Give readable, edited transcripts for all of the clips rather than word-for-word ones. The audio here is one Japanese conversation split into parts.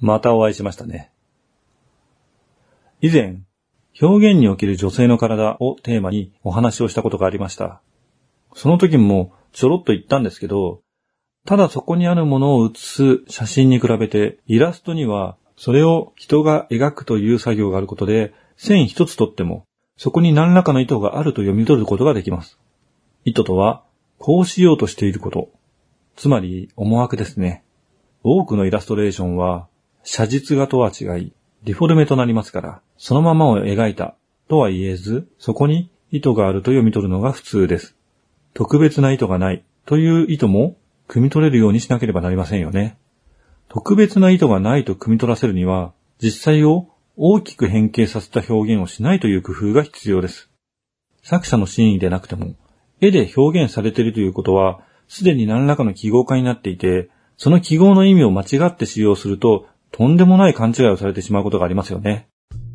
またお会いしましたね。以前、表現における女性の体をテーマにお話をしたことがありました。その時もちょろっと言ったんですけど、ただそこにあるものを写す写真に比べてイラストにはそれを人が描くという作業があることで、線一つとってもそこに何らかの意図があると読み取ることができます。意図とは、こうしようとしていること。つまり思惑ですね。多くのイラストレーションは写実画とは違い、ディフォルメとなりますから、そのままを描いたとは言えず、そこに意図があると読み取るのが普通です。特別な意図がないという意図も汲み取れるようにしなければなりませんよね。特別な意図がないと汲み取らせるには、実際を大きく変形させた表現をしないという工夫が必要です。作者の真意でなくても、絵で表現されているということは、すでに何らかの記号化になっていて、その記号の意味を間違って使用すると、とんでもない勘違いをされてしまうことがありますよね。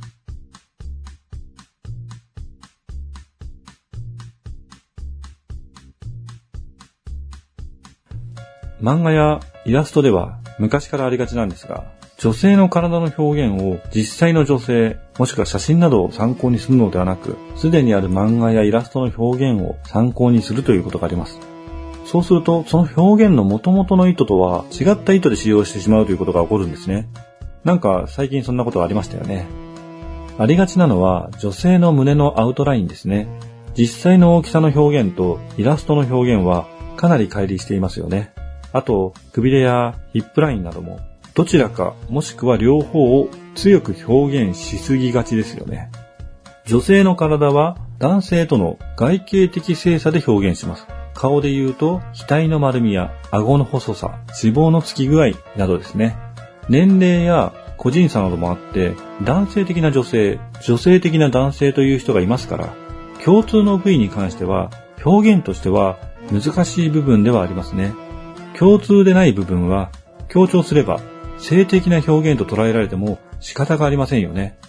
漫画やイラストでは昔からありがちなんですが、女性の体の表現を実際の女性、もしくは写真などを参考にするのではなく、すでにある漫画やイラストの表現を参考にするということがあります。そうすると、その表現の元々の意図とは違った意図で使用してしまうということが起こるんですね。なんか最近そんなことがありましたよね。ありがちなのは女性の胸のアウトラインですね。実際の大きさの表現とイラストの表現はかなり乖離していますよね。あと、くびれやヒップラインなども、どちらかもしくは両方を強く表現しすぎがちですよね。女性の体は男性との外形的性差で表現します。顔で言うと、額の丸みや顎の細さ、脂肪のつき具合などですね。年齢や個人差などもあって、男性的な女性、女性的な男性という人がいますから、共通の部位に関しては、表現としては難しい部分ではありますね。共通でない部分は強調すれば性的な表現と捉えられても仕方がありませんよね。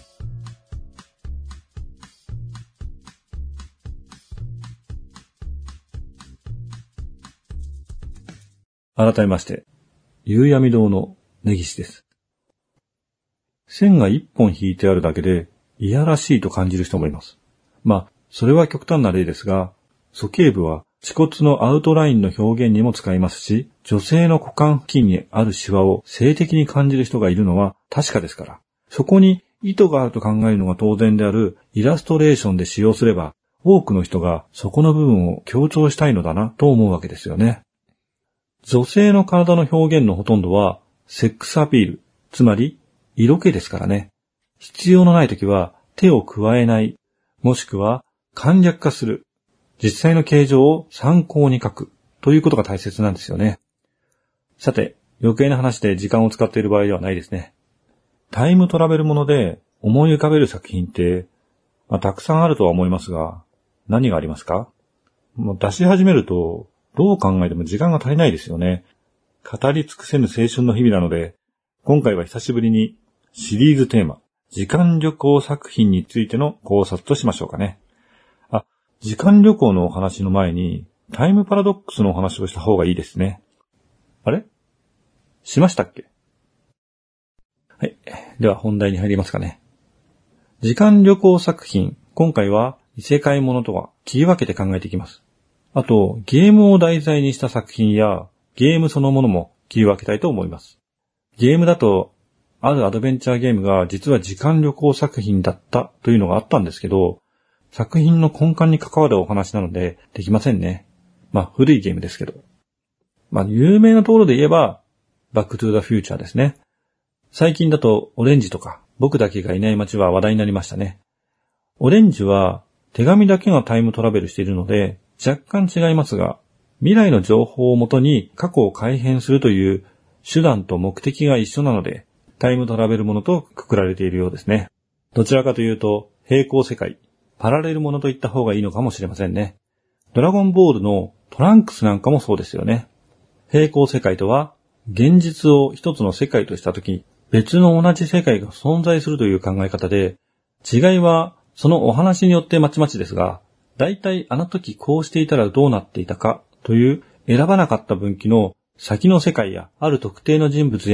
改めまして、夕闇堂の根岸です。線が一本引いてあるだけでいやらしいと感じる人もいます。それは極端な例ですが、鼠径部は恥骨のアウトラインの表現にも使いますし、女性の股間付近にあるシワを性的に感じる人がいるのは確かですから、そこに意図があると考えるのが当然であるイラストレーションで使用すれば、多くの人がそこの部分を強調したいのだなと思うわけですよね。女性の体の表現のほとんどはセックスアピール、つまり色気ですからね。必要のないときは手を加えない、もしくは簡略化する。実際の形状を参考に書くということが大切なんですよね。さて、余計な話で時間を使っている場合ではないですね。タイムトラベルもので思い浮かべる作品って、たくさんあるとは思いますが、何がありますか？出し始めると、どう考えても時間が足りないですよね。語り尽くせぬ青春の日々なので、今回は久しぶりにシリーズテーマ、時間旅行作品についての考察としましょうかね。時間旅行のお話の前に、タイムパラドックスのお話をした方がいいですね。あれ？しましたっけ？はい。では本題に入りますかね。時間旅行作品、今回は異世界ものとは切り分けて考えていきます。あと、ゲームを題材にした作品や、ゲームそのものも切り分けたいと思います。ゲームだと、あるアドベンチャーゲームが実は時間旅行作品だったというのがあったんですけど、作品の根幹に関わるお話なのでできませんね。古いゲームですけど。有名なところで言えば、バックトゥーザフューチャーですね。最近だとオレンジとか、僕だけがいない街は話題になりましたね。オレンジは手紙だけがタイムトラベルしているので、若干違いますが、未来の情報をもとに過去を改変するという手段と目的が一緒なので、タイムトラベルものとくくられているようですね。どちらかというと、平行世界、パラレルものと言った方がいいのかもしれませんね。ドラゴンボールのトランクスなんかもそうですよね。平行世界とは、現実を一つの世界としたとき、別の同じ世界が存在するという考え方で、違いはそのお話によってまちまちですが、だいたいあの時こうしていたらどうなっていたかという選ばなかった分岐の先の世界やある特定の人物や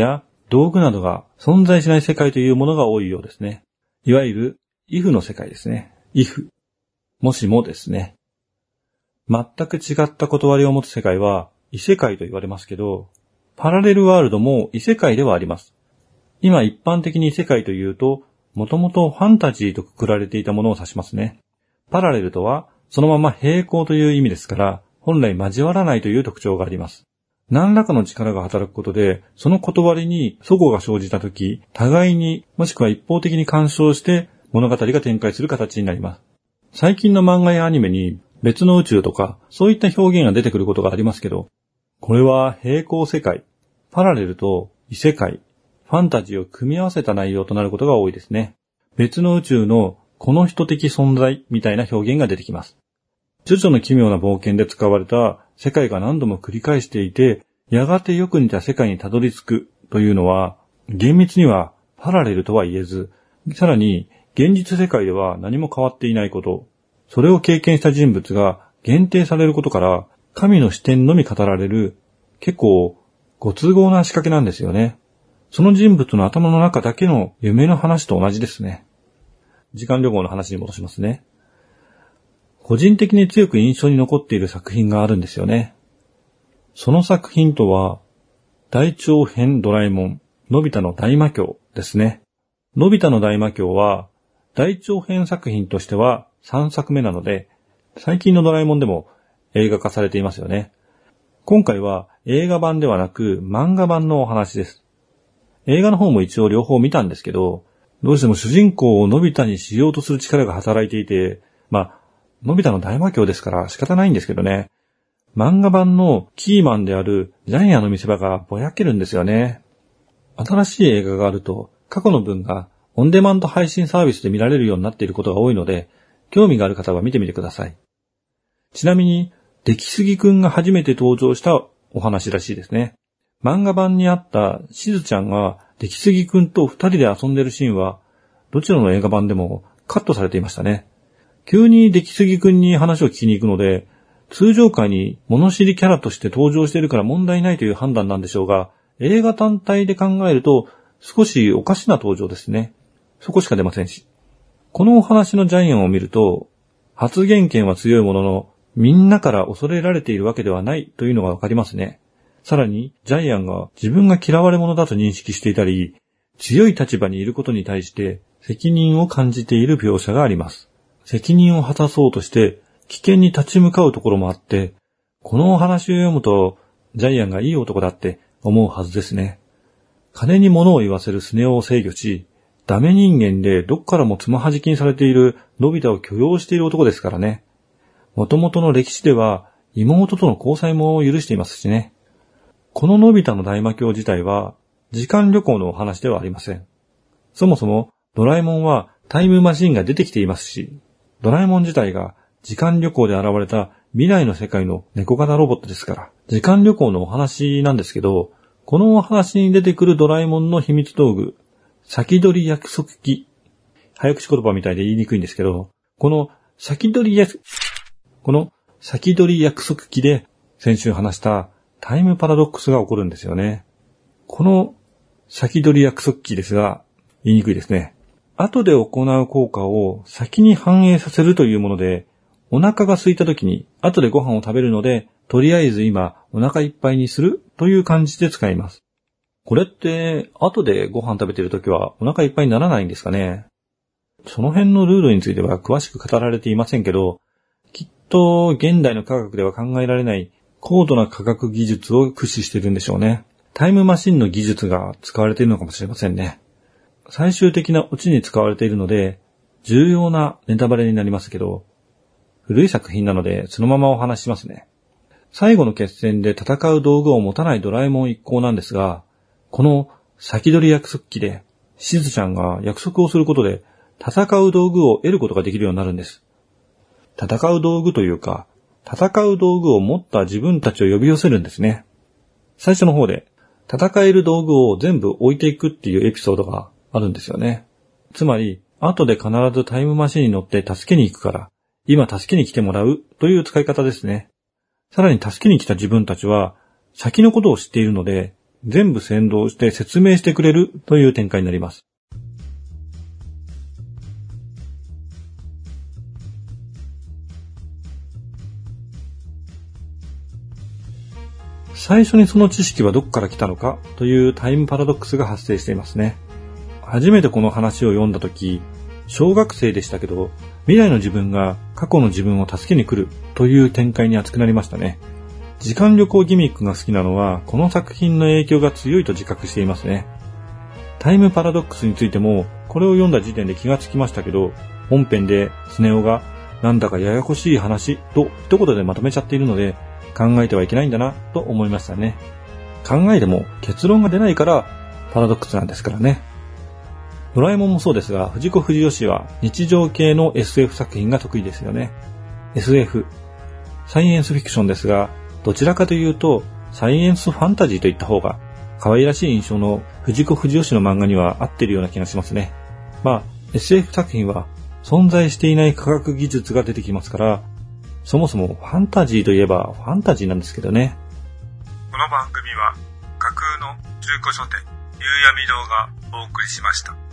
道具などが存在しない世界というものが多いようですね。いわゆる if の世界ですね。if。もしもですね。全く違った断りを持つ世界は異世界と言われますけど、パラレルワールドも異世界ではあります。今一般的に異世界というと、もともとファンタジーとくくられていたものを指しますね。パラレルとはそのまま並行という意味ですから、本来交わらないという特徴があります。何らかの力が働くことで、その断りに齟齬が生じたとき、互いにもしくは一方的に干渉して物語が展開する形になります。最近の漫画やアニメに別の宇宙とかそういった表現が出てくることがありますけど、これは並行世界、パラレルと異世界、ファンタジーを組み合わせた内容となることが多いですね。別の宇宙のこの人的存在みたいな表現が出てきます。ジョジョの奇妙な冒険で使われた世界が何度も繰り返していて、やがてよく似た世界にたどり着くというのは、厳密にはパラレルとは言えず、さらに現実世界では何も変わっていないこと、それを経験した人物が限定されることから、神の視点のみ語られる、結構ご都合な仕掛けなんですよね。その人物の頭の中だけの夢の話と同じですね。時間旅行の話に戻しますね。個人的に強く印象に残っている作品があるんですよね。その作品とは、大長編ドラえもん、のび太の大魔教ですね。のび太の大魔教は、大長編作品としては3作目なので、最近のドラえもんでも映画化されていますよね。今回は映画版ではなく漫画版のお話です。映画の方も一応両方見たんですけど、どうしても主人公をのび太にしようとする力が働いていて、のび太の大魔教ですから仕方ないんですけどね。漫画版のキーマンであるジャイアンの見せ場がぼやけるんですよね。新しい映画があると過去の分がオンデマンド配信サービスで見られるようになっていることが多いので、興味がある方は見てみてください。ちなみに、出来すぎくんが初めて登場したお話らしいですね。漫画版にあったしずちゃんが出来すぎくんと二人で遊んでるシーンは、どちらの映画版でもカットされていましたね。急に出来すぎくんに話を聞きに行くので、通常回に物知りキャラとして登場しているから問題ないという判断なんでしょうが、映画単体で考えると少しおかしな登場ですね。そこしか出ませんし。このお話のジャイアンを見ると、発言権は強いものの、みんなから恐れられているわけではないというのがわかりますね。さらに、ジャイアンが自分が嫌われ者だと認識していたり、強い立場にいることに対して責任を感じている描写があります。責任を果たそうとして危険に立ち向かうところもあって、このお話を読むと、ジャイアンがいい男だって思うはずですね。金に物を言わせるスネ夫を制御し、ダメ人間でどっからもつまはじきにされているのび太を許容している男ですからね。元々の歴史では妹との交際も許していますしね。こののび太の大魔教自体は時間旅行のお話ではありません。そもそもドラえもんはタイムマシンが出てきていますし、ドラえもん自体が時間旅行で現れた未来の世界の猫型ロボットですから、時間旅行のお話なんですけど、このお話に出てくるドラえもんの秘密道具、先取り約束機。早口言葉みたいで言いにくいんですけど、この先取り約束機で先週話したタイムパラドックスが起こるんですよね。この先取り約束機ですが、言いにくいですね。後で行う効果を先に反映させるというもので、お腹が空いた時に後でご飯を食べるので、とりあえず今お腹いっぱいにするという感じで使います。これって後でご飯食べてる時はお腹いっぱいにならないんですかね。その辺のルールについては詳しく語られていませんけど、きっと現代の科学では考えられない高度な科学技術を駆使しているんでしょうね。タイムマシンの技術が使われているのかもしれませんね。最終的なオチに使われているので、重要なネタバレになりますけど、古い作品なのでそのままお話しますね。最後の決戦で戦う道具を持たないドラえもん一行なんですが、この先取り約束機で、しずちゃんが約束をすることで、戦う道具を得ることができるようになるんです。戦う道具というか、戦う道具を持った自分たちを呼び寄せるんですね。最初の方で、戦える道具を全部置いていくっていうエピソードがあるんですよね。つまり、後で必ずタイムマシンに乗って助けに行くから、今助けに来てもらうという使い方ですね。さらに助けに来た自分たちは、先のことを知っているので、 全部先導して説明してくれるという展開になります。最初にその知識はどこから来たのかというタイムパラドックスが発生していますね。初めてこの話を読んだとき、小学生でしたけど、未来の自分が過去の自分を助けに来るという展開に熱くなりましたね。時間旅行ギミックが好きなのは、この作品の影響が強いと自覚していますね。タイムパラドックスについても、これを読んだ時点で気がつきましたけど、本編でスネ夫がなんだかややこしい話と一言でまとめちゃっているので、考えてはいけないんだなと思いましたね。考えても結論が出ないからパラドックスなんですからね。ドラえもんもそうですが、藤子不二雄氏は日常系の SF 作品が得意ですよね。SF、サイエンスフィクションですが、どちらかというとサイエンスファンタジーといった方が可愛らしい印象の藤子不二雄氏の漫画には合っているような気がしますね。SF 作品は存在していない科学技術が出てきますから、そもそもファンタジーといえばファンタジーなんですけどね。 この番組は架空の中古書店夕闇堂がお送りしました。